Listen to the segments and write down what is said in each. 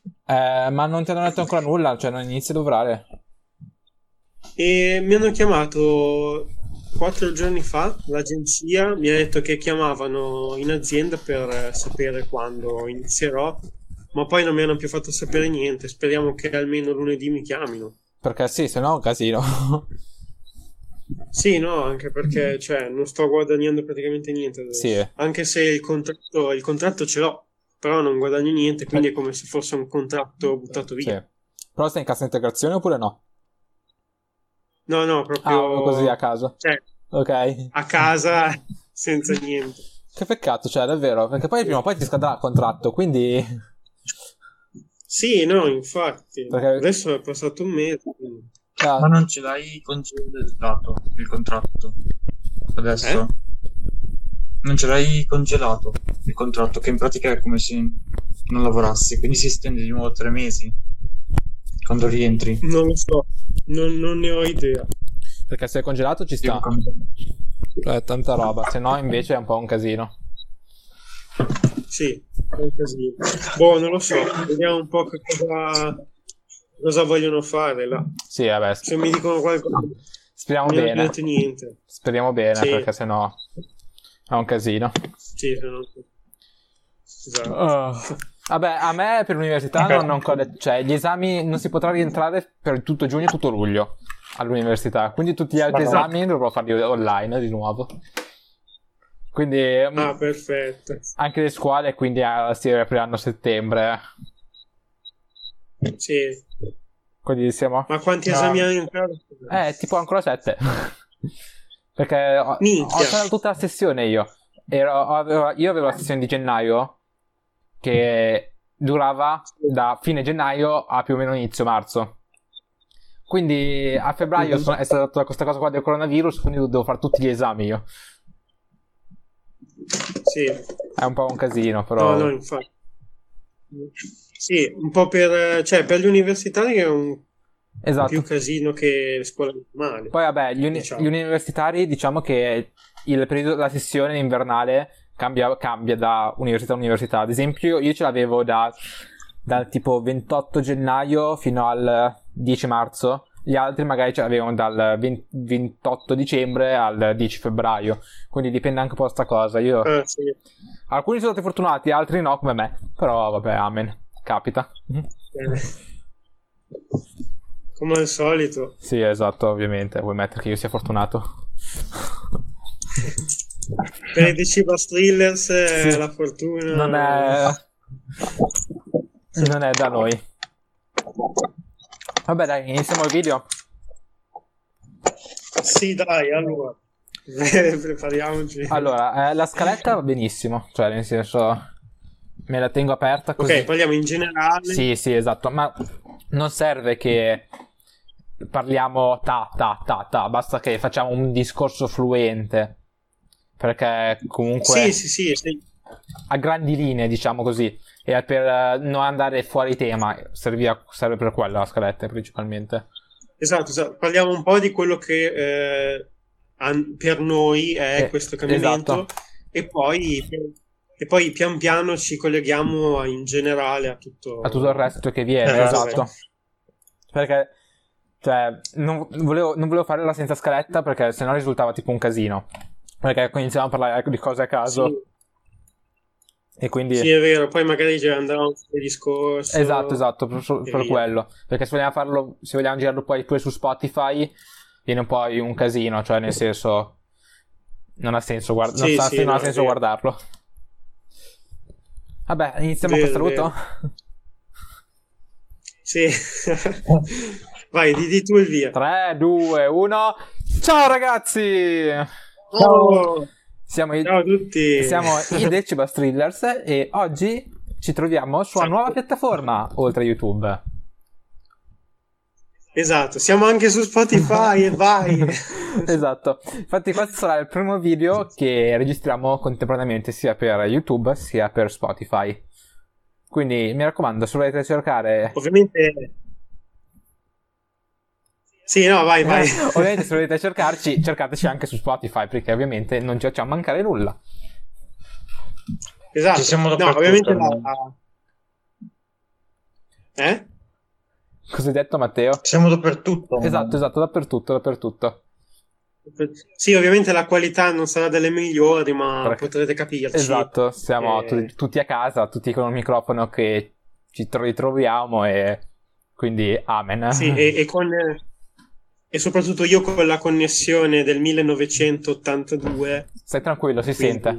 Ma non ti hanno detto ancora nulla, cioè non inizi a lavorare. E mi hanno chiamato 4 giorni fa, l'agenzia mi ha detto che chiamavano in azienda per sapere quando inizierò, ma poi non mi hanno più fatto sapere niente. Speriamo che almeno lunedì mi chiamino. Perché sì, se no è un casino. Sì, no, anche perché cioè, non sto guadagnando praticamente niente Sì. adesso. Anche se il contratto ce l'ho, però non guadagno niente, quindi è come se fosse un contratto buttato Sì. via. Però stai in cassa integrazione oppure no? No, no, Ah, così a proprio caso. cioè, Ok. a casa senza niente. Che peccato, cioè, davvero. Perché poi prima o poi ti scadrà il contratto, quindi... Sì, no, infatti. Perché... Adesso è passato un mese. Quindi. Ma ah, non ce l'hai congelato il contratto Eh? adesso? Non ce l'hai congelato il contratto, che in pratica è come se non lavorassi, quindi si estende di nuovo 3 mesi quando rientri. Non lo so, non ne ho idea. perché se è congelato ci Devo sta. cambiare. Cioè, tanta roba. Se no, invece è un po' un casino. Sì, è un casino. Boh, non lo so. Vediamo un po' cosa vogliono fare là. Sì, vabbè. Se mi dicono qualcosa, Speriamo non mi hanno bene. detto niente. Speriamo bene, Sì, perché sennò è un casino. sì, esatto. Oh. Vabbè, a me per l'università non ho ancora... Cioè, gli esami non si potrà rientrare per tutto giugno e tutto luglio all'università. Quindi tutti gli altri esami dovrò farli online di nuovo. Quindi Ah, perfetto. anche le scuole quindi si riapriranno a settembre. Sì. Quindi siamo... Ma quanti esami hai ancora? tipo ancora 7. Perché ho Minchia. fatto tutta la sessione io. Io avevo la sessione di gennaio che durava da fine gennaio a più o meno inizio marzo. Quindi a febbraio è stata questa cosa qua del coronavirus, quindi devo fare tutti gli esami io. Sì. È un po' un casino, No, però... no, infatti. Sì, un po' per gli universitari è un Esatto. più casino che le scuole normali. Poi vabbè, diciamo. gli universitari, diciamo che il periodo della sessione invernale cambia da università a università. Ad esempio, io ce l'avevo dal tipo 28 gennaio fino al 10 marzo. Gli altri magari ce l'avevano dal 28 dicembre al 10 febbraio. Quindi dipende anche un po' da sta cosa. Sì. Alcuni sono stati fortunati, altri no, come me. Però vabbè, amen. Capita. Come al solito. Sì, esatto, ovviamente. Vuoi mettere che io sia fortunato? Per i DC Thrillers Sì. la fortuna non è da noi. Vabbè, dai, iniziamo il video. Sì, dai, allora. Prepariamoci. Allora, la scaletta va benissimo. Cioè, nel senso, me la tengo aperta così. Ok, parliamo in generale. Sì, esatto. Ma non serve che parliamo ta. Basta che facciamo un discorso fluente. Perché comunque... Sì. A grandi linee, diciamo così. E per non andare fuori tema, serve per quello la scaletta principalmente. Esatto. Parliamo un po' di quello che per noi è questo cambiamento. Esatto. E poi pian piano ci colleghiamo in generale a tutto il resto che viene, esatto. Perché cioè non volevo farla senza scaletta perché sennò risultava tipo un casino. Perché iniziamo a parlare di cose a caso. Sì. E quindi... Sì, è vero, poi magari già andavamo sul discorso. Esatto, per quello. Perché se vogliamo girarlo poi pure su Spotify, viene un po' un casino, cioè nel senso... Non ha senso, non ha senso guardarlo. Vabbè, iniziamo col saluto? Sì. Vai, di tu il via. 3, 2, 1... Ciao ragazzi! Ciao! Ciao a tutti! Siamo i Decibel Thrillers e oggi ci troviamo su una nuova piattaforma oltre a YouTube. Esatto, siamo anche su Spotify e vai! Esatto, infatti questo sarà il primo video che registriamo contemporaneamente sia per YouTube sia per Spotify. Quindi mi raccomando, se volete cercare... Ovviamente... Sì, no, vai. Ovviamente se volete cercarci, cercateci anche su Spotify, perché ovviamente non ci facciamo mancare nulla. Esatto, Ci siamo no, ovviamente Eh? Cosa hai detto, Matteo? Siamo dappertutto. Esatto, dappertutto. Sì, ovviamente la qualità non sarà delle migliori, ma potrete capirci. Esatto, siamo tutti a casa, tutti con un microfono che ci ritroviamo e quindi amen. Sì, e soprattutto io con la connessione del 1982. Stai tranquillo, si sente.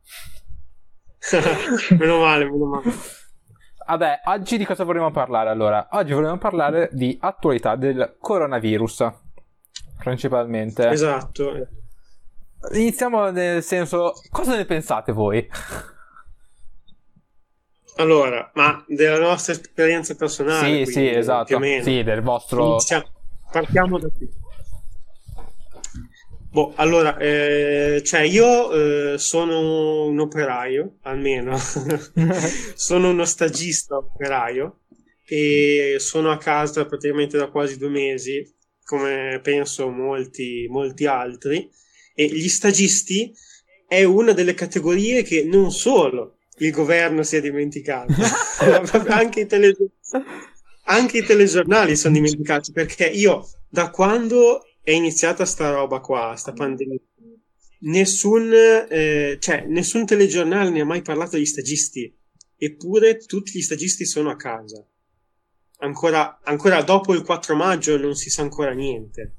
Meno male. Vabbè, oggi di cosa vorremmo parlare allora? Oggi vorremmo parlare di attualità del coronavirus, principalmente. Esatto. Iniziamo nel senso, cosa ne pensate voi? Allora, ma della nostra esperienza personale. Sì, esatto. Più o meno. Sì, del vostro... Partiamo da qui. Allora, cioè io sono un operaio, almeno. Sono uno stagista operaio e sono a casa praticamente da quasi 2 mesi, come penso molti altri. E gli stagisti è una delle categorie che non solo il governo si è dimenticato, anche i telegiornali sono dimenticati, perché io da quando è iniziata sta roba qua, sta pandemia, nessun telegiornale ne ha mai parlato degli stagisti, eppure tutti gli stagisti sono a casa. Ancora dopo il 4 maggio non si sa ancora niente.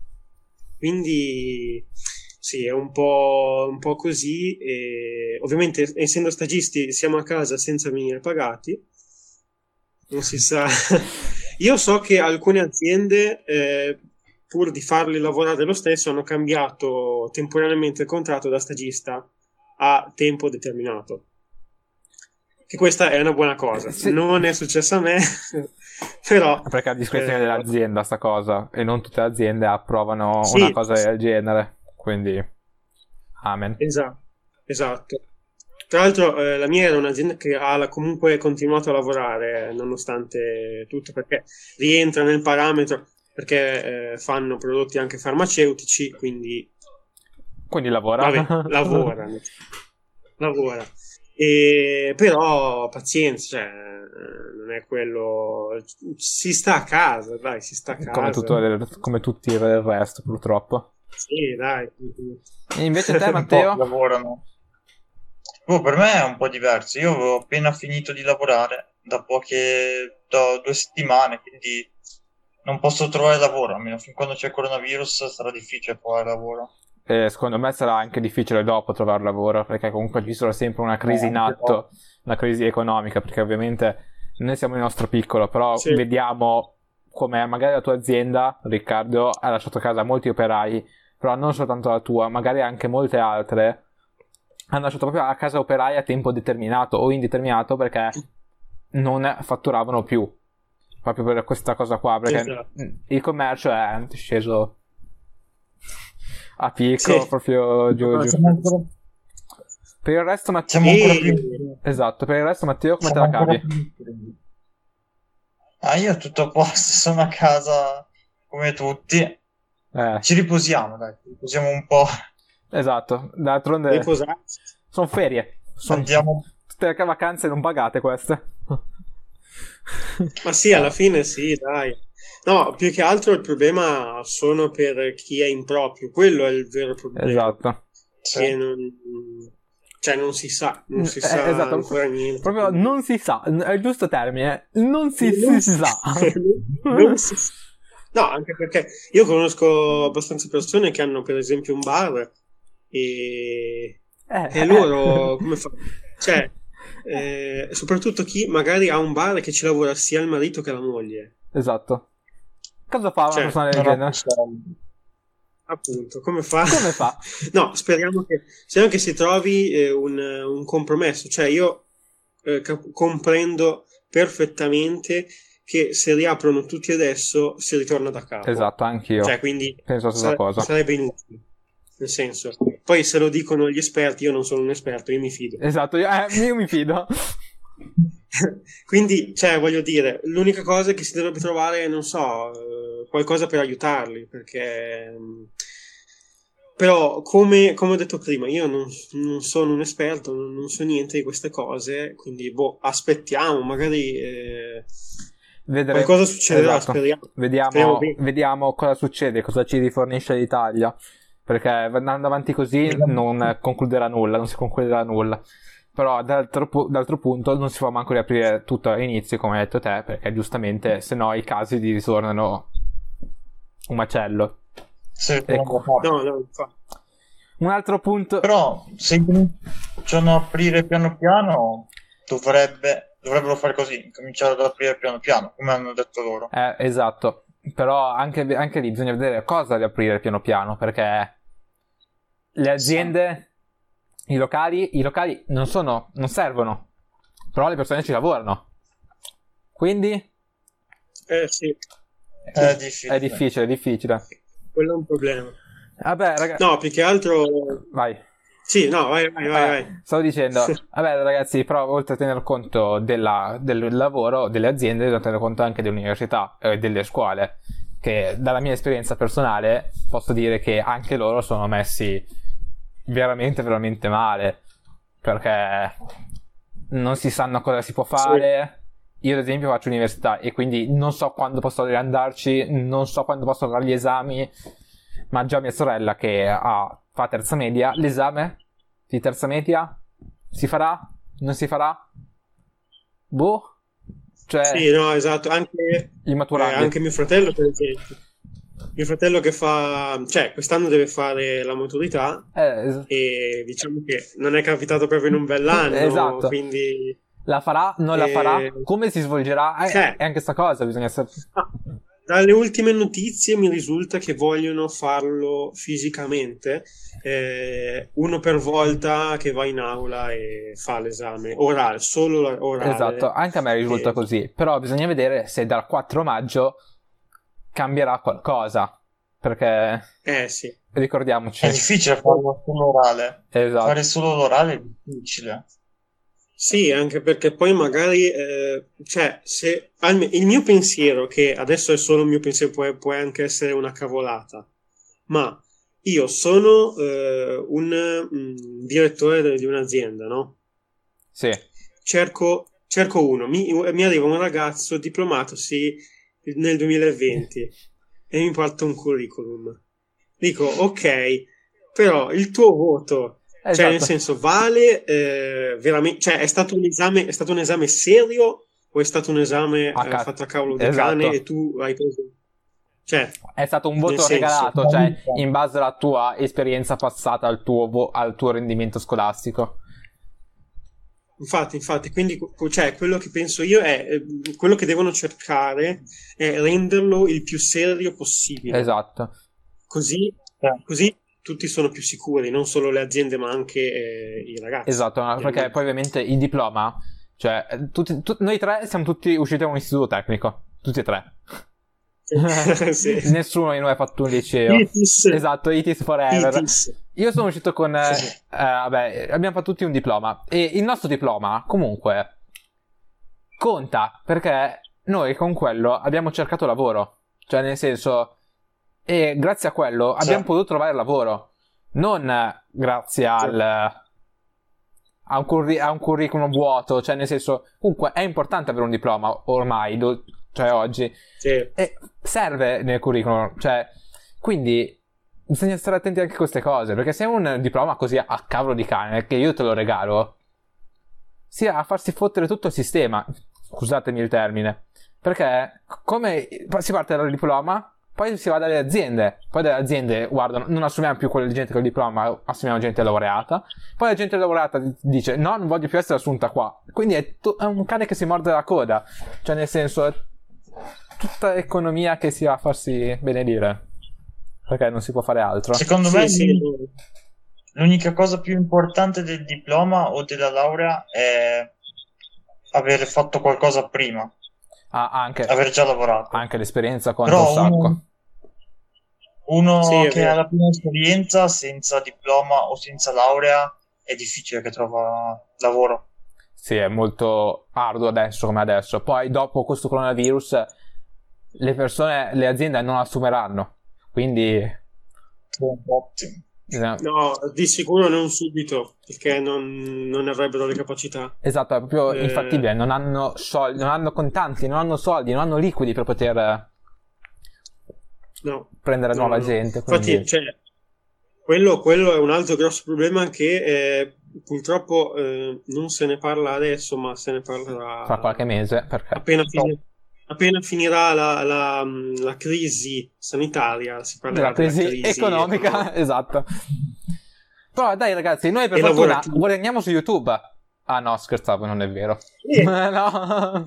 Quindi sì, è un po' così. E ovviamente, essendo stagisti, siamo a casa senza venire pagati. Non si sa. Io so che alcune aziende, pur di farli lavorare lo stesso, hanno cambiato temporaneamente il contratto da stagista a tempo determinato. Che questa è una buona cosa. Sì. Non è successo a me, però... Perché a discrezione dell'azienda sta cosa, e non tutte le aziende approvano una cosa del genere, quindi amen. Esatto. Tra l'altro la mia era un'azienda che ha comunque continuato a lavorare nonostante tutto, perché rientra nel parametro, perché fanno prodotti anche farmaceutici, quindi lavora. Vabbè, lavora. Però pazienza, cioè, non è quello, si sta a casa, dai, si sta a casa come tutti il resto, purtroppo. Sì, dai. E invece te, Matteo? Lavorano. Per me è un po' diverso. Io avevo appena finito di lavorare da 2 settimane, quindi non posso trovare lavoro, almeno fin quando c'è il coronavirus sarà difficile trovare lavoro. Secondo me sarà anche difficile dopo trovare lavoro, perché comunque ci sarà sempre una crisi in atto, una crisi economica, perché ovviamente noi siamo il nostro piccolo, però vediamo come magari la tua azienda, Riccardo, ha lasciato a casa molti operai, però non soltanto la tua, magari anche molte altre hanno lasciato proprio a casa operai a tempo determinato o indeterminato perché non fatturavano più, proprio per questa cosa qua, perché il commercio è sceso a picco, proprio giù. Per il resto, Matteo, esatto, per il resto, Matteo, come te la cavi? Io tutto a posto, sono a casa come tutti. Ci riposiamo, dai, riposiamo un po'. Esatto, d'altronde sono ferie, tutte le vacanze non pagate queste. Ma sì, alla fine sì, dai. No, più che altro il problema sono per chi è improprio, quello è il vero problema. Esatto. Che non si sa esatto. Ancora niente. Proprio non si sa, è il giusto termine, non si sa. Non si sa. No, anche perché io conosco abbastanza persone che hanno per esempio un bar e loro come fanno? Cioè, soprattutto chi magari ha un bar che ci lavora sia il marito che la moglie. Esatto. Cosa fa una persona del genere? Appunto, come fa? No, speriamo che si trovi un compromesso. Cioè, io comprendo perfettamente che se riaprono tutti adesso si ritorna da capo. Esatto, anch'io. Cioè, quindi penso la stessa cosa. Sarebbe inutile. Nel senso, poi se lo dicono gli esperti, io non sono un esperto, io mi fido. Esatto, io mi fido. Quindi, cioè, voglio dire, l'unica cosa è che si dovrebbe trovare, non so, qualcosa per aiutarli, perché... Però, come ho detto prima, io non sono un esperto, non so niente di queste cose, quindi, aspettiamo, magari... vedere... Qualcosa succederà, Esatto. speriamo. Vediamo, Speriamo bene. vediamo cosa succede, cosa ci rifornisce l'Italia, perché andando avanti così non concluderà nulla, non si concluderà nulla. Però d'altro punto non si può manco riaprire tutto all'inizio, come hai detto te, perché giustamente se no i casi ti ritornano un macello. Sì, Ecco. No, infatti. Un altro punto... Però se cominciano a aprire piano piano, dovrebbero fare così, cominciare ad aprire piano piano, come hanno detto loro. Esatto, però anche lì bisogna vedere cosa riaprire piano piano, perché le aziende, i locali non servono, però le persone ci lavorano. Quindi Sì, È difficile. è difficile. quello è un problema. Vabbè, ragazzi, No, più che altro... vai. Sì, no, vai. Stavo dicendo, vabbè ragazzi, però oltre a tener conto del lavoro delle aziende, devo tener conto anche delle università e delle scuole, che dalla mia esperienza personale posso dire che anche loro sono messi veramente veramente male, perché non si sanno cosa si può fare. Io ad esempio faccio università e quindi non so quando posso riandarci, non so quando posso fare gli esami, ma già mia sorella che fa terza media, l'esame di terza media si farà? Non si farà? Boh, cioè Sì, no, esatto, anche i maturandi. anche mio fratello, per esempio. Mio fratello che quest'anno deve fare la maturità e diciamo che non è capitato proprio in un bell'anno, Esatto. quindi... La farà? Non la farà? Come si svolgerà? È anche sta cosa, bisogna sapere. Dalle ultime notizie mi risulta che vogliono farlo fisicamente, uno per volta che va in aula e fa l'esame orale, solo orale. Esatto, anche a me risulta così, però bisogna vedere se dal 4 maggio cambierà qualcosa, perché sì. ricordiamoci. È difficile farlo solo orale. Esatto. Fare solo l'orale è difficile. Sì, anche perché poi magari, il mio pensiero, che adesso è solo il mio pensiero, può anche essere una cavolata, ma io sono un direttore di un'azienda, no? Sì. Cerco uno, mi arriva un ragazzo diplomatosi nel 2020 e mi porta un curriculum. Dico, ok, però il tuo voto... Esatto. Cioè, nel senso, vale veramente. Cioè, è stato un esame serio o è stato un esame fatto a cavolo di cane e tu hai preso. Cioè, è stato un voto regalato, cioè, in base alla tua esperienza passata, al tuo rendimento scolastico. Infatti, quindi, cioè, quello che penso io è quello che devono cercare è renderlo il più serio possibile. Esatto. Così tutti sono più sicuri, non solo le aziende ma anche i ragazzi. Esatto, perché poi ovviamente il diploma, cioè noi tre siamo tutti usciti da un istituto tecnico, tutti e tre. Sì. Nessuno di noi ha fatto un liceo. ITIS. Esatto, ITIS forever. ITIS. Io sono uscito con abbiamo fatto tutti un diploma e il nostro diploma comunque conta, perché noi con quello abbiamo cercato lavoro, cioè nel senso, e grazie a quello abbiamo potuto trovare lavoro, non grazie a un curriculum vuoto, cioè nel senso, comunque è importante avere un diploma ormai, cioè oggi, e serve nel curriculum, cioè, quindi bisogna stare attenti anche a queste cose, perché se è un diploma così a cavolo di cane, che io te lo regalo, sia a farsi fottere tutto il sistema, scusatemi il termine, perché come si parte dal diploma, poi si va dalle aziende, poi dalle aziende guardano, non assumiamo più quella gente con il diploma, assumiamo gente laureata, poi la gente laureata dice no, non voglio più essere assunta qua, quindi è un cane che si morde la coda, cioè nel senso è tutta economia che si va a farsi benedire, perché non si può fare altro. Secondo me l'unica cosa più importante del diploma o della laurea è avere fatto qualcosa prima. Anche aver già lavorato, anche l'esperienza conta un sacco. Uno che ha la prima esperienza senza diploma o senza laurea è difficile che trova lavoro. Sì, è molto arduo adesso come adesso. Poi dopo questo coronavirus le aziende non assumeranno, quindi No, di sicuro non subito, perché non avrebbero le capacità. Esatto, è proprio infattibile. Non hanno soldi, non hanno contanti, non hanno soldi, non hanno liquidi per poter prendere nuova gente. Quindi... Infatti, cioè, quello è un altro grosso problema che purtroppo non se ne parla adesso, ma se ne parlerà fra qualche mese, perché appena finirà la crisi sanitaria, si parlerà della crisi economica. Esatto. Però dai ragazzi, noi per fortuna guadagniamo su YouTube. Ah no, scherzavo, non è vero. No.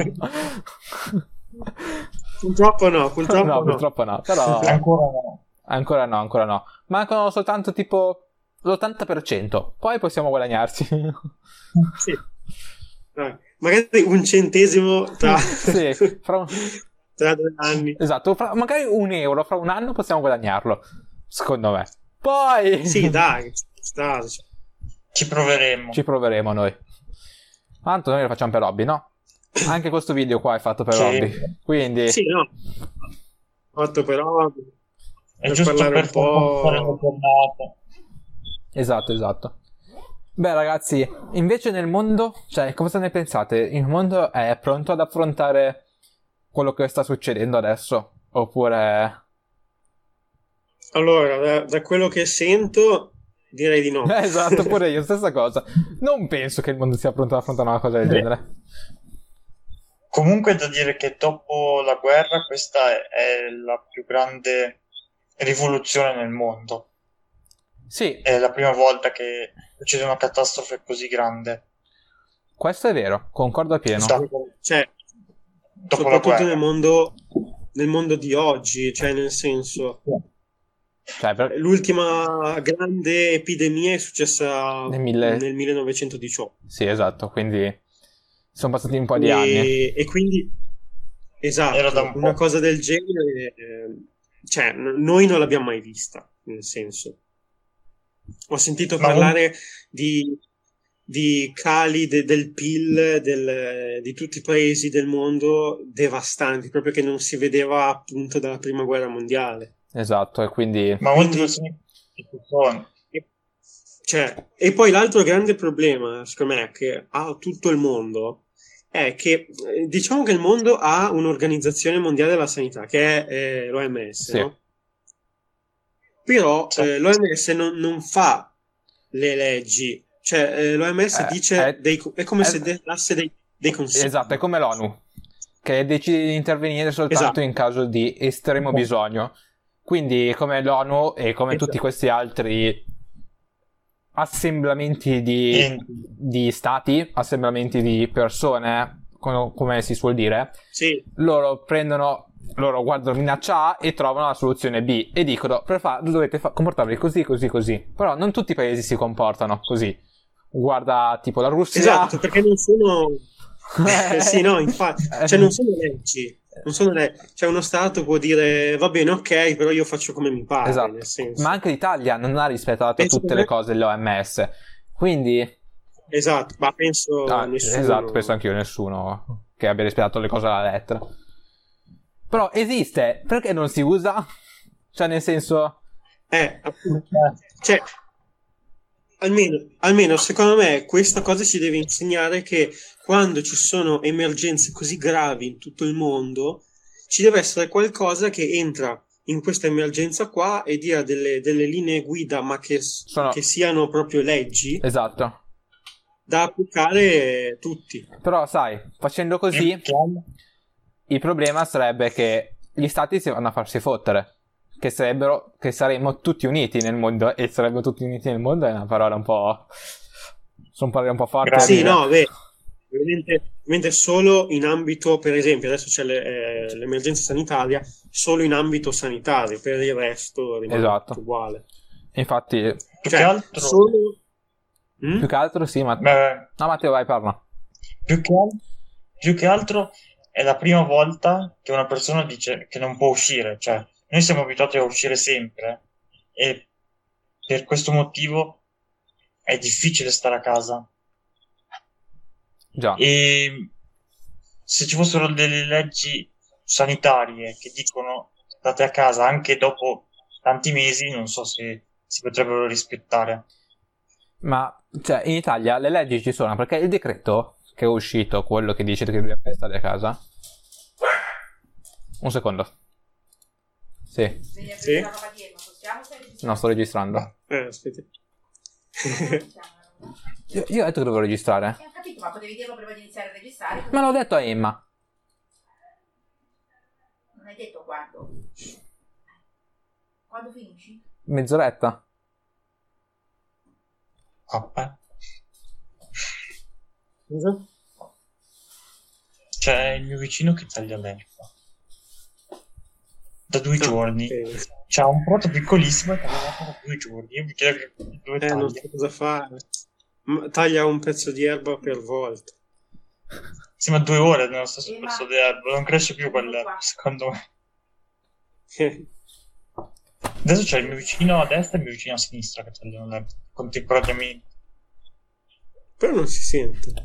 Purtroppo no. Purtroppo no, però ancora no. Mancano soltanto tipo l'80%, poi possiamo guadagnarci. Sì. Magari un centesimo tra, sì, tra 2 anni. Esatto, magari €1 fra un anno possiamo guadagnarlo, secondo me. Poi... Sì, dai, ci proveremo. Ci proveremo noi. Tanto noi lo facciamo per hobby, no? Anche questo video qua è fatto per hobby. Quindi... Sì, no. Fatto per hobby. È giusto per fare una giornata. Esatto. Beh ragazzi, invece nel mondo, cioè cosa ne pensate? Il mondo è pronto ad affrontare quello che sta succedendo adesso? Oppure... Allora, da quello che sento, direi di no. Esatto, pure io, stessa cosa. Non penso che il mondo sia pronto ad affrontare una cosa del genere. Comunque è da dire che dopo la guerra questa è la più grande rivoluzione nel mondo. Sì. È la prima volta che succede una catastrofe così grande. Questo è vero, concordo appieno. Cioè, dopo soprattutto nel mondo di oggi, cioè nel senso... Cioè, l'ultima grande epidemia è successa nel 1918. Sì, esatto, quindi sono passati un po' di anni. E quindi, esatto, una cosa del genere, cioè, noi non l'abbiamo mai vista, nel senso. Ho sentito parlare di cali del PIL di tutti i paesi del mondo devastanti, proprio che non si vedeva appunto dalla prima guerra mondiale. Esatto, e quindi... Ma oltre e poi l'altro grande problema, secondo me, che ha tutto il mondo è che diciamo che il mondo ha un'organizzazione mondiale della sanità che è l'OMS, sì. No? Però l'OMS non fa le leggi, cioè l'OMS dice è come se dasse dei consigli. Esatto, è come l'ONU, che decide di intervenire soltanto in caso di estremo bisogno. Quindi come l'ONU e come tutti questi altri assemblamenti di stati, assemblamenti di persone, come si suol dire, loro guardano minaccia A e trovano la soluzione B e dicono dovete comportarvi così. Però non tutti i paesi si comportano così. Guarda tipo la Russia. Esatto, perché non sono... sì, no, infatti, cioè non sono leggi. Cioè uno Stato può dire va bene, ok, però io faccio come mi pare. Esatto. Nel senso. Ma anche l'Italia non ha rispettato tutte le cose dell'OMS. Quindi... Esatto, ma penso nessuno. Esatto, penso anch'io, nessuno che abbia rispettato le cose alla lettera. Però esiste, perché non si usa? Cioè nel senso... appunto. Cioè, almeno secondo me questa cosa ci deve insegnare che quando ci sono emergenze così gravi in tutto il mondo ci deve essere qualcosa che entra in questa emergenza qua e dia delle linee guida, ma che siano proprio leggi, esatto, da applicare tutti. Però sai, facendo così il problema sarebbe che gli stati si vanno a farsi fottere, che saremmo tutti uniti nel mondo, e sarebbero tutti uniti nel mondo è una parola un po'... sono parole un po' forti. Sì, no, ovviamente solo in ambito, per esempio, adesso c'è l'emergenza sanitaria, solo in ambito sanitario, per il resto rimane tutto uguale. Infatti, più che altro sì, ma... No, Matteo, vai, parla. Più che altro è la prima volta che una persona dice che non può uscire, cioè noi siamo abituati a uscire sempre e per questo motivo è difficile stare a casa. Già. E se ci fossero delle leggi sanitarie che dicono state a casa anche dopo tanti mesi, non so se si potrebbero rispettare. Ma cioè, in Italia le leggi ci sono, perché il decreto che è uscito, quello che dice che dobbiamo stare a casa. Un secondo. Sì. Sì? No, sto registrando. Aspetta. Io ho detto che dovevo registrare. Ho capito, ma potevi dirlo prima di iniziare a registrare? Ma l'ho detto a Emma. Non hai detto quando? Quando finisci? Mezz'oretta. Vabbè. Scusa? C'è il mio vicino che taglia l'erba. Da 2 giorni. C'ha un proto piccolissimo e tagliato da 2 giorni. Io mi chiedo dove taglia. Non so cosa fare. Taglia un pezzo di erba per volta. Sì, ma 2 ore nello stesso pezzo di erba. Non cresce più quell'erba, secondo me. Adesso c'è il mio vicino a destra e il mio vicino a sinistra che tagliano l'erba contemporaneamente. Però non si sente.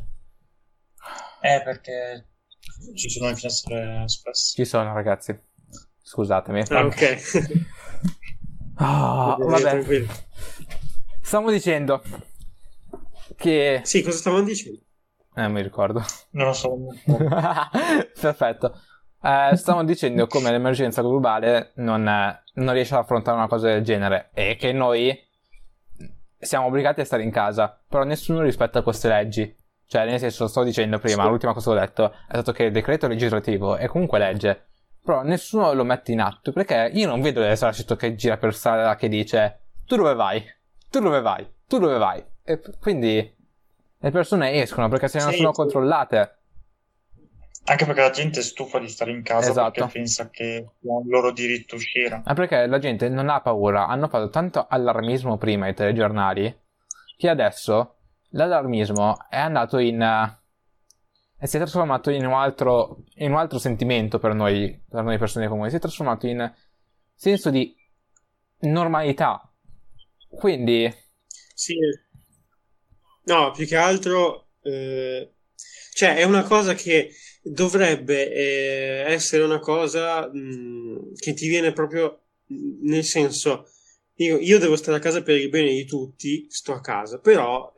Perché ci sono le finestre spesso. Ci sono, ragazzi. Scusatemi. Ok. Vabbè. Tranquillo. Stavo dicendo che... Sì, cosa stavamo dicendo? mi ricordo. Non lo so. Perfetto. Stavamo dicendo come l'emergenza globale non riesce ad affrontare una cosa del genere e che noi siamo obbligati a stare in casa, però nessuno rispetta queste leggi. Cioè, nel senso, sto dicendo prima, Sì. l'ultima cosa che ho detto è stato che il decreto legislativo è comunque legge, però nessuno lo mette in atto, perché io non vedo l'esercito che gira per strada che dice tu dove vai? Tu dove vai? Tu dove vai? E quindi le persone escono perché se non Sì, sono sì. controllate. Anche perché la gente è stufa di stare in casa Esatto. perché pensa che sia un loro diritto uscire. Ma perché la gente non ha paura, hanno fatto tanto allarmismo prima ai telegiornali che adesso l'allarmismo è andato in e si è trasformato in un altro sentimento per noi persone comuni, si è trasformato in senso di normalità. Quindi Sì. No, più che altro, cioè è una cosa che dovrebbe essere una cosa che ti viene proprio nel senso, io devo stare a casa per il bene di tutti, sto a casa, però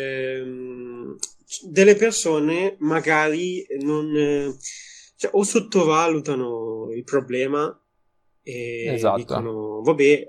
delle persone magari non, cioè, o sottovalutano il problema e Esatto. dicono, vabbè,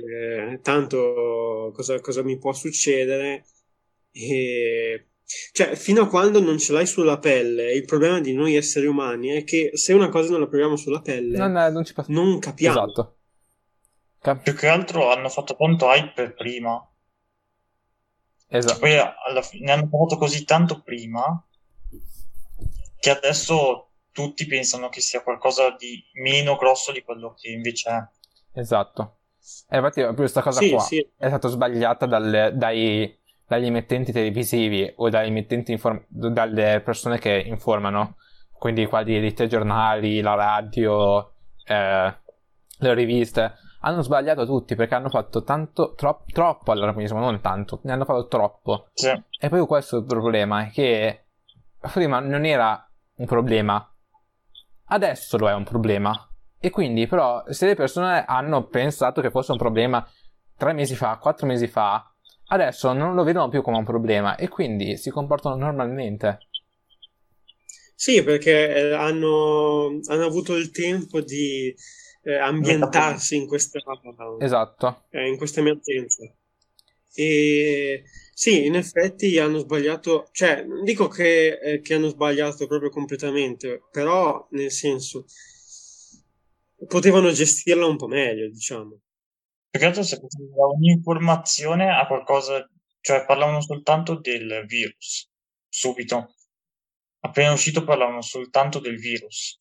tanto cosa mi può succedere? E cioè, fino a quando non ce l'hai sulla pelle, il problema di noi esseri umani è che se una cosa non la proviamo sulla pelle, non ci passa. non capiamo. Esatto. Più che altro hanno fatto tanto hype prima. Esatto. Poi alla fine ne hanno fatto così tanto prima che adesso tutti pensano che sia qualcosa di meno grosso di quello che invece è. Esatto. E infatti questa cosa Sì, qua sì. è stata sbagliata dagli emittenti televisivi o dagli emittenti dalle persone che informano, quindi quali i telegiornali, la radio, le riviste. Hanno sbagliato tutti perché hanno fatto troppo allarmismo, non tanto, ne hanno fatto troppo. Sì. E poi questo è il problema, è che prima non era un problema, adesso lo è un problema. E quindi però se le persone hanno pensato che fosse un problema 3 mesi fa, 4 mesi fa, adesso non lo vedono più come un problema e quindi si comportano normalmente. Sì, perché hanno avuto il tempo di ambientarsi in questa Esatto. in questa emergenza. E sì, in effetti hanno sbagliato, cioè non dico che hanno sbagliato proprio completamente, però nel senso potevano gestirla un po' meglio, diciamo. Più che altro se da un'informazione a qualcosa, cioè parlavano soltanto del virus, subito. Appena uscito parlavano soltanto del virus.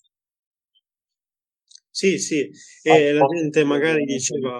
Sì, sì, e la gente magari diceva...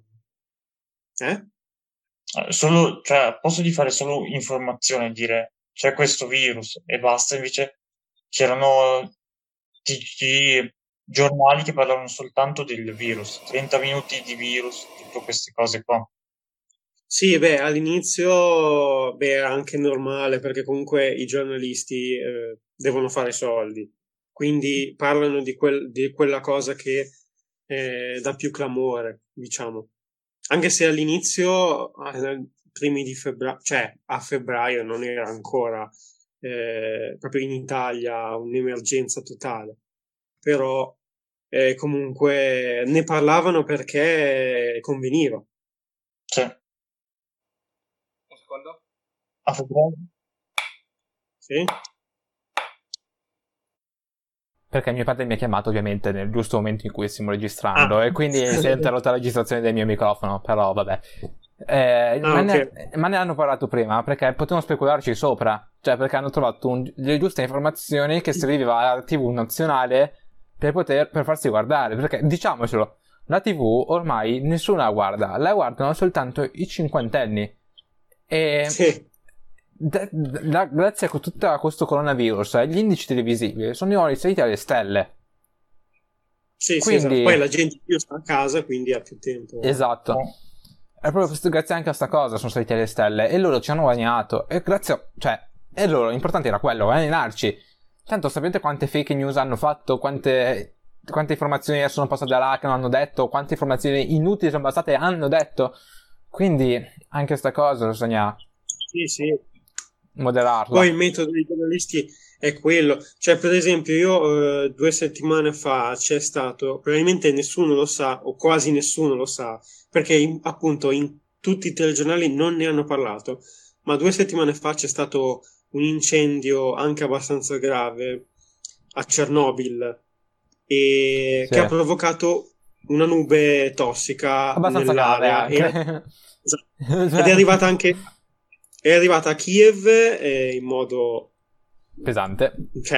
Solo, cioè, al posto di fare solo informazione, dire c'è questo virus e basta, invece c'erano TG, giornali che parlavano soltanto del virus, 30 minuti di virus, tutte queste cose qua. Sì, beh, all'inizio era anche normale perché comunque i giornalisti devono fare soldi, quindi parlano di quella cosa che dà più clamore, diciamo. anche se all'inizio, primi di febbraio, cioè a febbraio non era ancora proprio in Italia un'emergenza totale, però comunque ne parlavano perché conveniva. Sì. Un secondo. A febbraio? Sì? Perché mio padre mi ha chiamato ovviamente nel giusto momento in cui stiamo registrando e quindi si è interrotta la registrazione del mio microfono, però vabbè. Ma ne hanno parlato prima perché potevano specularci sopra, cioè perché hanno trovato le giuste informazioni che serviva alla TV nazionale per farsi guardare, perché diciamocelo, la TV ormai nessuno la guardano soltanto i cinquantenni e Sì. Grazie a tutto questo coronavirus gli indici televisivi sono risaliti alle stelle. Sì, quindi... sì, esatto. Poi la gente più sta a casa, quindi ha più tempo. Esatto. È proprio grazie anche a sta cosa sono saliti alle stelle e loro ci hanno guadagnato e e loro l'importante era quello, guadagnarci. Tanto sapete quante fake news hanno fatto, quante informazioni sono passate da là che non hanno detto, quante informazioni inutili sono passate e hanno detto. Quindi anche sta cosa bisogna moderarla. Poi il metodo dei giornalisti è quello, cioè per esempio io 2 settimane fa c'è stato, probabilmente nessuno lo sa o quasi nessuno lo sa, perché appunto in tutti i telegiornali non ne hanno parlato, ma 2 settimane fa c'è stato un incendio anche abbastanza grave a Chernobyl che ha provocato una nube tossica abbastanza nell'area grave ed è arrivata anche a Kiev in modo pesante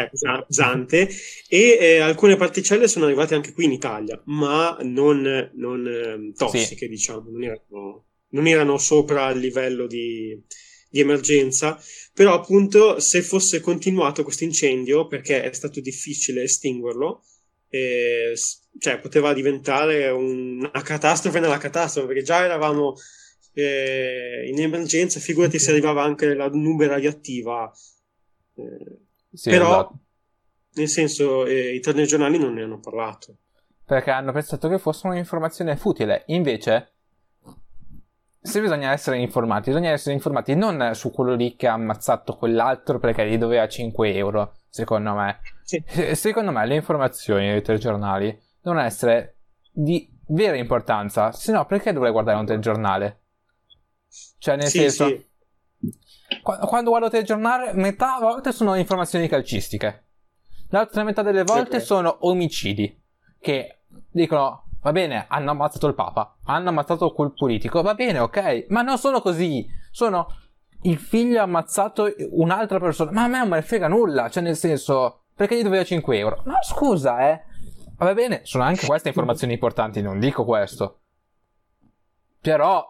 e alcune particelle sono arrivate anche qui in Italia, ma non tossiche, diciamo, non erano sopra il livello di emergenza, però appunto se fosse continuato questo incendio, perché è stato difficile estinguerlo, cioè poteva diventare una catastrofe nella catastrofe, perché già eravamo in emergenza, figurati se arrivava anche la nube radioattiva. Però esatto. nel senso i telegiornali non ne hanno parlato perché hanno pensato che fosse un'informazione futile. Invece se bisogna essere informati non su quello lì che ha ammazzato quell'altro perché gli doveva 5 euro, secondo me. Secondo me le informazioni dei telegiornali devono essere di vera importanza, se no perché dovrei guardare un telegiornale? Cioè nel senso quando guardo il telegiornale metà volte sono informazioni calcistiche, l'altra metà delle volte sono omicidi che dicono va bene, hanno ammazzato il Papa, hanno ammazzato quel politico, va bene, ok, ma non sono così, sono il figlio ha ammazzato un'altra persona, ma a me non me ne frega nulla, cioè nel senso perché gli doveva 5 euro, ma scusa va bene, sono anche queste informazioni importanti, non dico questo, però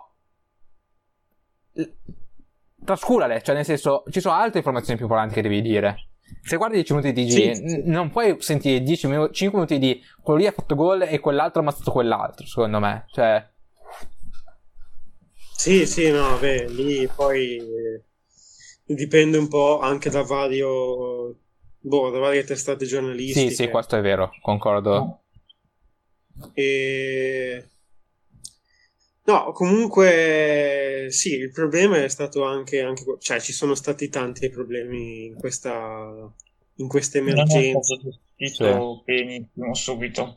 trascurale, cioè nel senso ci sono altre informazioni più importanti che devi dire. Se guardi 10 minuti di TG non puoi sentire 5 minuti di quello lì ha fatto gol e quell'altro ha ammazzato quell'altro, secondo me, cioè no, beh, lì poi dipende un po' anche da varie testate giornalistiche. Sì, questo è vero, concordo. No, comunque sì, il problema è stato anche cioè ci sono stati tanti problemi in questa emergenza. Non è stato gestito benissimo subito.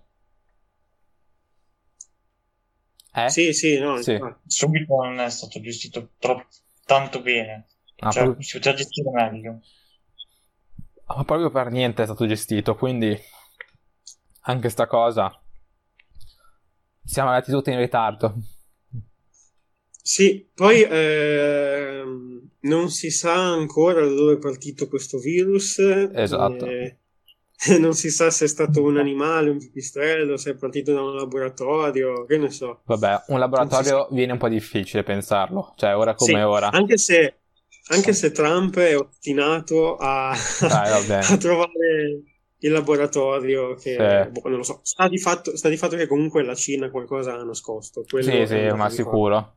Subito non è stato gestito tanto bene. Si poteva gestire meglio. Ma proprio per niente è stato gestito, quindi anche sta cosa siamo andati tutti in ritardo. Sì, poi non si sa ancora da dove è partito questo virus. Esatto. Non si sa se è stato un animale, un pipistrello, se è partito da un laboratorio, che ne so. Vabbè, un laboratorio viene un po' difficile pensarlo, cioè ora come ora. Anche se Trump è ostinato a trovare il laboratorio che non lo so. Sta di fatto che comunque la Cina qualcosa ha nascosto. Ma sicuro.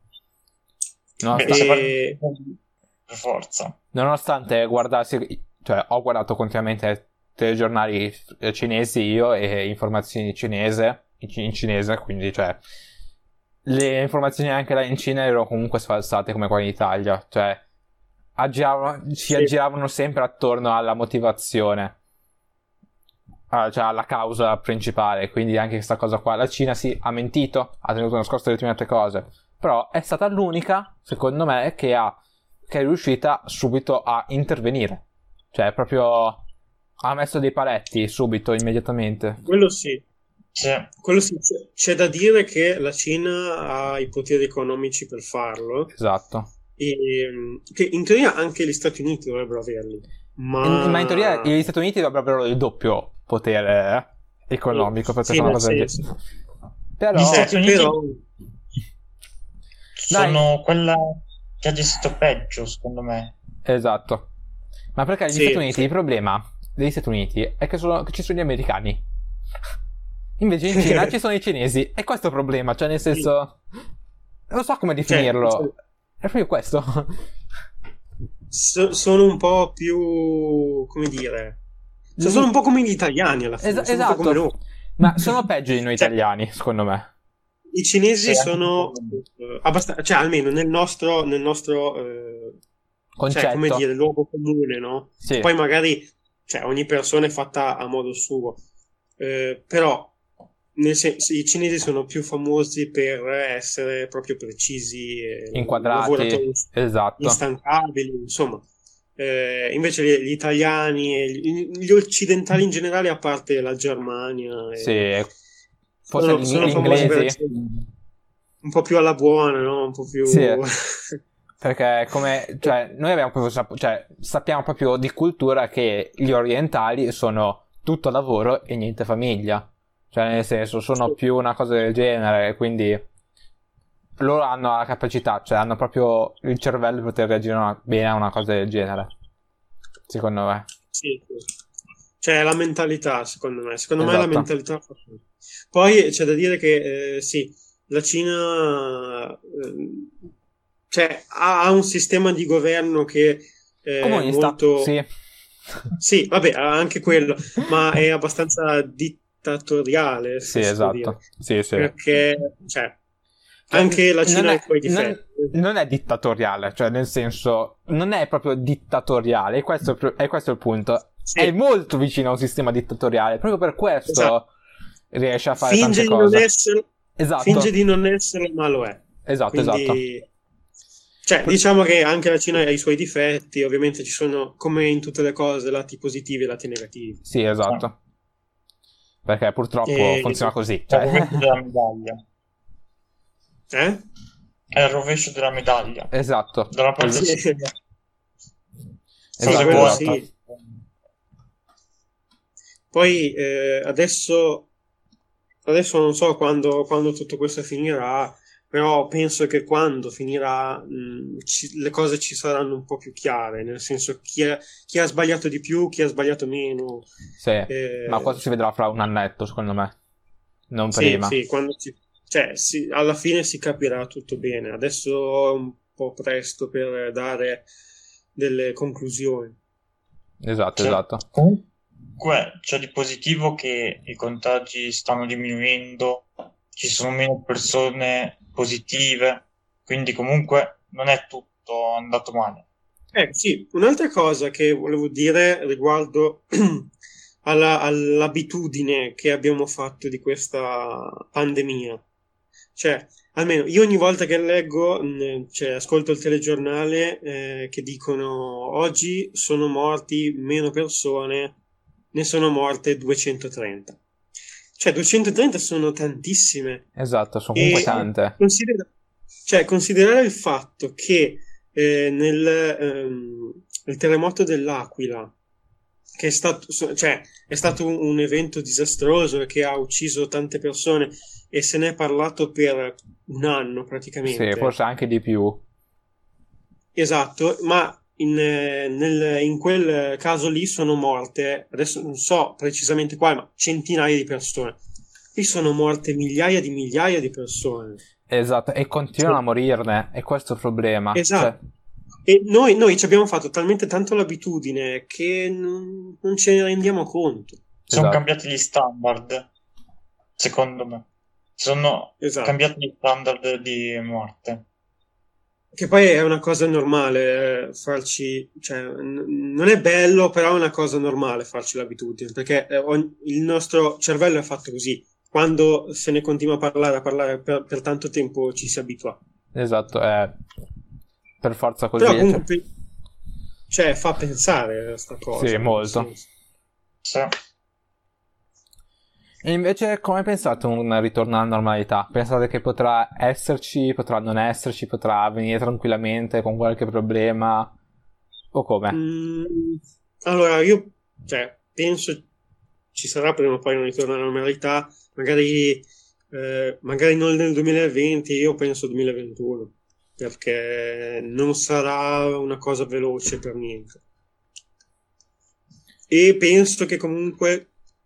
Per forza. Nonostante ho guardato continuamente telegiornali cinesi io e informazioni in cinese, quindi le informazioni anche là in Cina erano comunque sfalsate come qua in Italia, cioè si aggiravano sempre attorno alla motivazione, cioè alla causa principale, quindi anche questa cosa qua, la Cina ha mentito, ha tenuto nascoste determinate cose, però è stata l'unica, secondo me, che è riuscita subito a intervenire, cioè proprio ha messo dei paletti subito, immediatamente. Quello sì. Sì. Quello sì. C'è da dire che la Cina ha i poteri economici per farlo. Esatto. E che in teoria anche gli Stati Uniti dovrebbero averli. Ma in teoria gli Stati Uniti avrebbero il doppio potere economico, perché sono una cosa del genere. Però Gli Stati Uniti però... sono quella che ha gestito peggio, secondo me. Esatto. Ma perché gli Stati Uniti, il problema degli Stati Uniti è che ci sono gli americani. Invece in Cina ci sono i cinesi. E questo è il problema, cioè nel senso... Non so come definirlo. È proprio questo. Sono un po' più... come dire... Cioè, sono un po' come gli italiani alla fine. Sono un po' come noi. Ma sono peggio di noi italiani, secondo me. I cinesi sono abbastanza... Cioè, almeno nel nostro concetto. Cioè, come dire, luogo comune, no? Sì. Poi magari... Cioè, ogni persona è fatta a modo suo. Però... i cinesi sono più famosi per essere proprio precisi, inquadrati, lavoratori esatto, instancabili, insomma. Invece gli italiani, gli occidentali in generale, a parte la Germania, sì, forse sono gli famosi per inglesi essere un po' più alla buona, no? Un po' più... Sì, perché cioè, noi abbiamo proprio sappiamo proprio di cultura che gli orientali sono tutto lavoro e niente famiglia. Cioè, nel senso, sono più una cosa del genere, quindi loro hanno la capacità, cioè hanno proprio il cervello per poter reagire bene a una cosa del genere, secondo me. Sì. Cioè, la mentalità, secondo me. Secondo me Esatto. la mentalità fa tutto. Poi c'è da dire che, sì, la Cina cioè, ha un sistema di governo che è comunista, molto... sì. Sì, vabbè, anche quello, ma è abbastanza dittatoriale, Sì, si può esatto. dire. Sì. Perché, cioè, anche la Cina ha i suoi difetti. Non è dittatoriale, cioè nel senso, non è proprio dittatoriale, questo è il punto. Sì. È molto vicino a un sistema dittatoriale, proprio per questo Esatto. riesce a fare Finge tante di cose. non essere, Esatto. finge di non essere, ma lo è. Esatto. Cioè, diciamo che anche la Cina ha i suoi difetti, ovviamente ci sono, come in tutte le cose, lati positivi e lati negativi. Sì, esatto. Perché purtroppo funziona così. È il rovescio della medaglia. È il rovescio della medaglia. Esatto. Da una parte Sì. Esatto. Sì. Poi adesso non so quando tutto questo finirà, però penso che quando finirà le cose ci saranno un po' più chiare, nel senso chi ha sbagliato di più, chi ha sbagliato meno. Sì, ma questo si vedrà fra un annetto, secondo me, non prima. Sì, quando alla fine si capirà tutto bene. Adesso è un po' presto per dare delle conclusioni. Esatto. Comunque c'è di positivo che i contagi stanno diminuendo, ci sono meno persone positive, quindi comunque non è tutto andato male. Sì, un'altra cosa che volevo dire riguardo all'abitudine che abbiamo fatto di questa pandemia. Cioè, almeno io ogni volta che leggo, cioè, ascolto il telegiornale che dicono oggi sono morti meno persone, ne sono morte 230. Cioè, 230 sono tantissime. Esatto, sono comunque tante. Considerare il fatto che nel terremoto dell'Aquila, che è stato un evento disastroso che ha ucciso tante persone e se ne è parlato per un anno praticamente. Sì, forse anche di più. Esatto, ma in quel caso lì sono morte, adesso non so precisamente quale, ma centinaia di persone. Qui sono morte migliaia di persone. Esatto, e continuano a morirne, è questo il problema. Esatto. E noi ci abbiamo fatto talmente tanto l'abitudine che non ce ne rendiamo conto. Sono cambiati gli standard, secondo me. sono Esatto. cambiati gli standard di morte. Che poi è una cosa normale farci, cioè, non è bello, però è una cosa normale farci l'abitudine, perché il nostro cervello è fatto così. Quando se ne continua a parlare per tanto tempo ci si abitua. Esatto, è per forza così. Però comunque, cioè, fa pensare sta cosa. Sì, molto. Nel senso. Sì. E invece, come pensate un ritorno alla normalità? Pensate che potrà esserci, potrà non esserci, potrà avvenire tranquillamente con qualche problema? O come? Allora, io penso ci sarà prima o poi un ritorno alla normalità, magari non nel 2020, io penso 2021, perché non sarà una cosa veloce per niente. E penso che comunque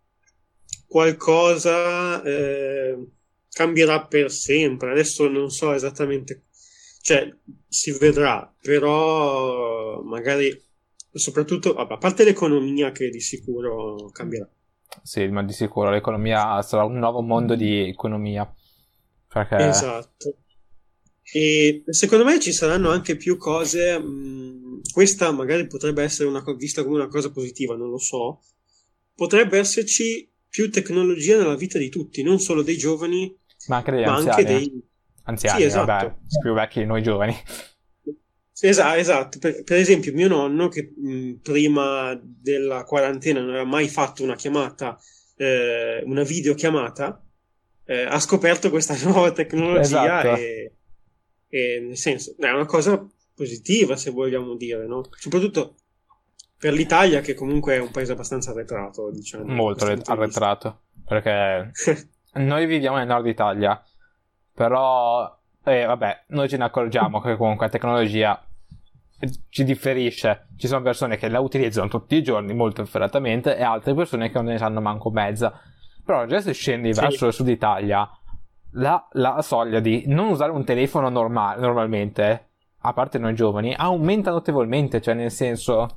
qualcosa cambierà per sempre. Adesso non so esattamente, cioè si vedrà, però magari soprattutto, a parte l'economia che di sicuro cambierà. Sì, ma di sicuro l'economia sarà un nuovo mondo di economia. Perché... Esatto. E secondo me ci saranno anche più cose. Questa magari potrebbe essere vista come una cosa positiva, non lo so. Potrebbe esserci più tecnologia nella vita di tutti, non solo dei giovani, ma anche degli ma anziani. anche dei Anziani, sì, esatto. Vabbè, più vecchi di noi giovani. Esatto. Per esempio mio nonno, che prima della quarantena non aveva mai fatto una chiamata, una videochiamata, ha scoperto questa nuova tecnologia. Esatto. E nel senso è una cosa positiva, se vogliamo dire, no? Soprattutto per l'Italia, che comunque è un paese abbastanza arretrato, diciamo. Molto arretrato, perché noi viviamo nel nord Italia, però vabbè, noi ce ne accorgiamo che comunque la tecnologia ci differisce. Ci sono persone che la utilizzano tutti i giorni molto efferatamente e altre persone che non ne sanno manco mezza. Però già se scendi verso il sud Italia, la soglia di non usare un telefono normalmente, a parte noi giovani, aumenta notevolmente, cioè nel senso...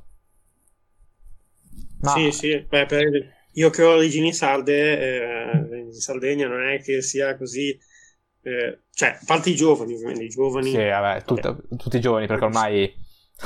Ma... Sì. Beh, io che ho origini sarde, in Sardegna non è che sia così... cioè, a parte i giovani, ovviamente, i giovani... Sì, vabbè, tutti i giovani, perché ormai...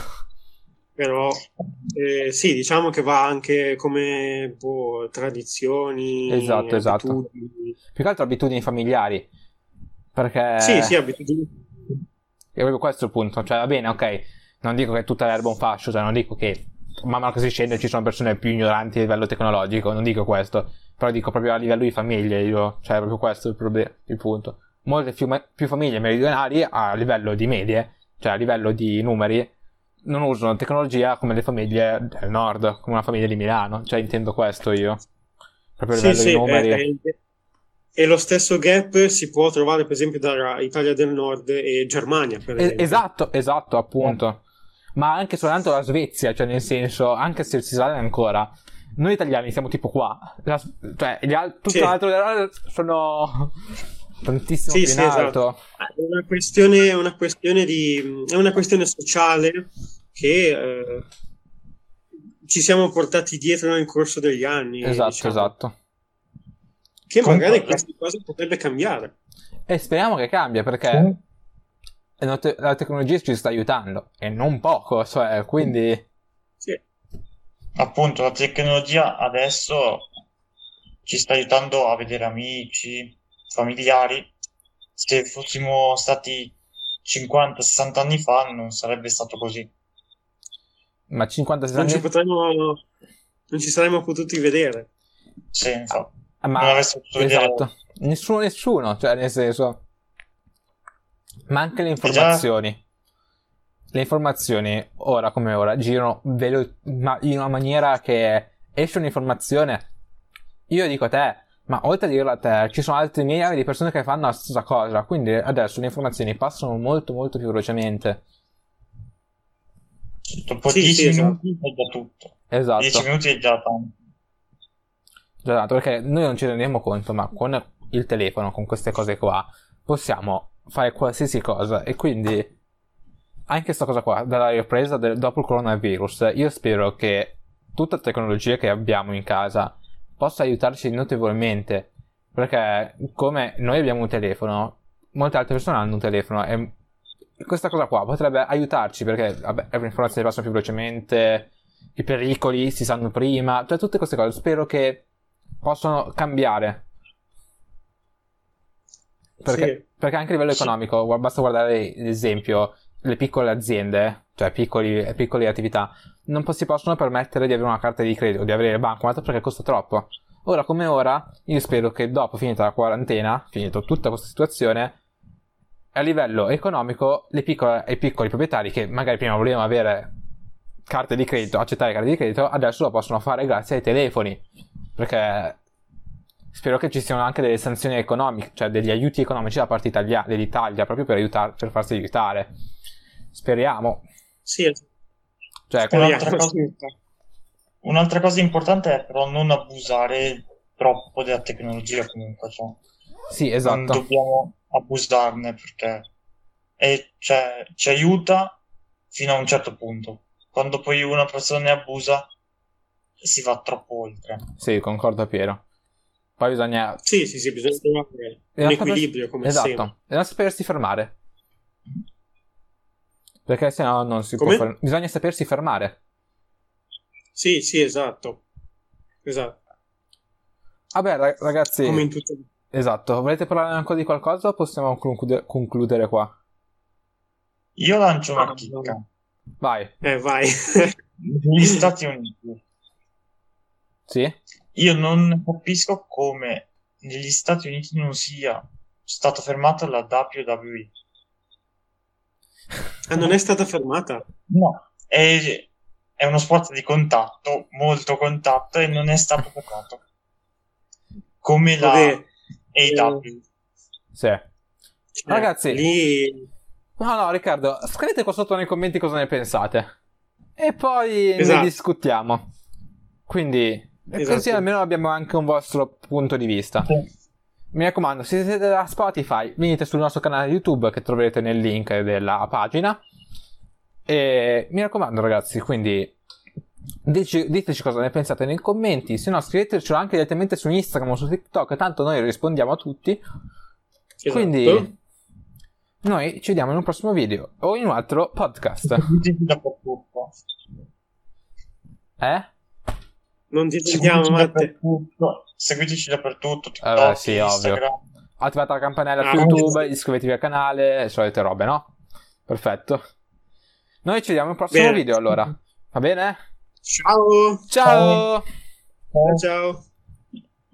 Però, sì, diciamo che va anche come tradizioni... Esatto. Abitudini. Più che altro abitudini familiari, perché... Sì, abitudini. E proprio questo è il punto, cioè va bene, ok, non dico che è tutta l'erba un fascio, cioè non dico che man mano che si scende ci sono persone più ignoranti a livello tecnologico, non dico questo, però dico proprio a livello di famiglie, cioè proprio questo è il punto. Molte più famiglie meridionali a livello di medie, cioè a livello di numeri, non usano tecnologia come le famiglie del nord, come una famiglia di Milano, cioè intendo questo io, proprio a livello di numeri. E lo stesso gap si può trovare per esempio tra Italia del Nord e Germania, per esempio. Esatto, appunto. Ma anche soltanto la Svezia, cioè nel senso, anche se si sale ancora, noi italiani siamo tipo qua, cioè tutto l'altro sono tantissimo più in alto. È una questione è una questione sociale che ci siamo portati dietro nel corso degli anni. Esatto. Che magari questa cosa potrebbe cambiare. E speriamo che cambia, perché la tecnologia ci sta aiutando, e non poco, cioè, quindi... Sì. Appunto, la tecnologia adesso ci sta aiutando a vedere amici, familiari. Se fossimo stati 50-60 anni fa non sarebbe stato così. Ma 50-60 anni... Non ci saremmo potuti vedere. Sì, infatti. Ma non avessi potuto esatto, vedere... nessuno, cioè nel senso, ma anche le informazioni. Le informazioni ora come ora girano in una maniera che esce un'informazione, io dico a te, ma oltre a dirla a te ci sono altri miliardi di persone che fanno la stessa cosa, quindi adesso le informazioni passano molto molto più velocemente. Dopo 10 minuti è già tutto. Esatto. 10 minuti è già tanto. Esatto, perché noi non ci rendiamo conto, ma con il telefono, con queste cose qua, possiamo fare qualsiasi cosa. E quindi anche questa cosa qua, dalla ripresa dopo il coronavirus, io spero che tutta la tecnologia che abbiamo in casa possa aiutarci notevolmente Perché come noi abbiamo un telefono, molte altre persone hanno un telefono e questa cosa qua potrebbe aiutarci perché vabbè, le informazioni passano più velocemente, i pericoli si sanno prima, cioè tutte queste cose spero che possano cambiare. Perché anche a livello economico basta guardare l'esempio, le piccole aziende, cioè piccole attività, non si possono permettere di avere una carta di credito, di avere il bancomat perché costa troppo. Ora come ora, io spero che dopo, finita la quarantena, finito tutta questa situazione, a livello economico i piccoli proprietari che magari prima volevano avere carte di credito, accettare carte di credito, adesso lo possono fare grazie ai telefoni, perché spero che ci siano anche delle sanzioni economiche, cioè degli aiuti economici da parte dell'Italia proprio per farsi aiutare. Speriamo. Sì, cioè, un'altra cosa importante è però non abusare troppo della tecnologia comunque, cioè. Sì, esatto. Non dobbiamo abusarne perché ci aiuta fino a un certo punto. Quando poi una persona ne abusa si va troppo oltre. Sì, concordo appieno. Poi bisogna... Sì, bisogna trovare un equilibrio come sempre. Esatto, bisogna sapersi fermare. Perché sennò non si può fare... Bisogna sapersi fermare. Sì, esatto. Vabbè, ragazzi... Come in tutto. Esatto, volete parlare ancora di qualcosa o possiamo concludere qua? Io lancio una chicca. Vai. Vai. Negli Stati Uniti. Sì? Io non capisco come negli Stati Uniti non sia stata fermata la WWE. Non è stata fermata? No, è uno sport di contatto, molto contatto, e non è stato fermato. Come la AEW. Sì. Ragazzi, lì... No, Riccardo, scrivete qua sotto nei commenti cosa ne pensate. E poi ne discutiamo. Quindi, così almeno abbiamo anche un vostro punto di vista. Sì. Mi raccomando, se siete da Spotify, venite sul nostro canale YouTube che troverete nel link della pagina. E mi raccomando, ragazzi, quindi diteci cosa ne pensate nei commenti. Se no, scrivetecelo anche direttamente su Instagram o su TikTok, tanto noi rispondiamo a tutti. Esatto. Quindi noi ci vediamo in un prossimo video o in un altro podcast. Non ti sentiamo, Matte. Seguiteci dappertutto, TikTok, sì, Instagram. ovvio. Attivate la campanella su YouTube, iscrivetevi al canale, solite robe, no? Perfetto. Noi ci vediamo in un prossimo video allora. Va bene? Ciao. Ciao. Ciao.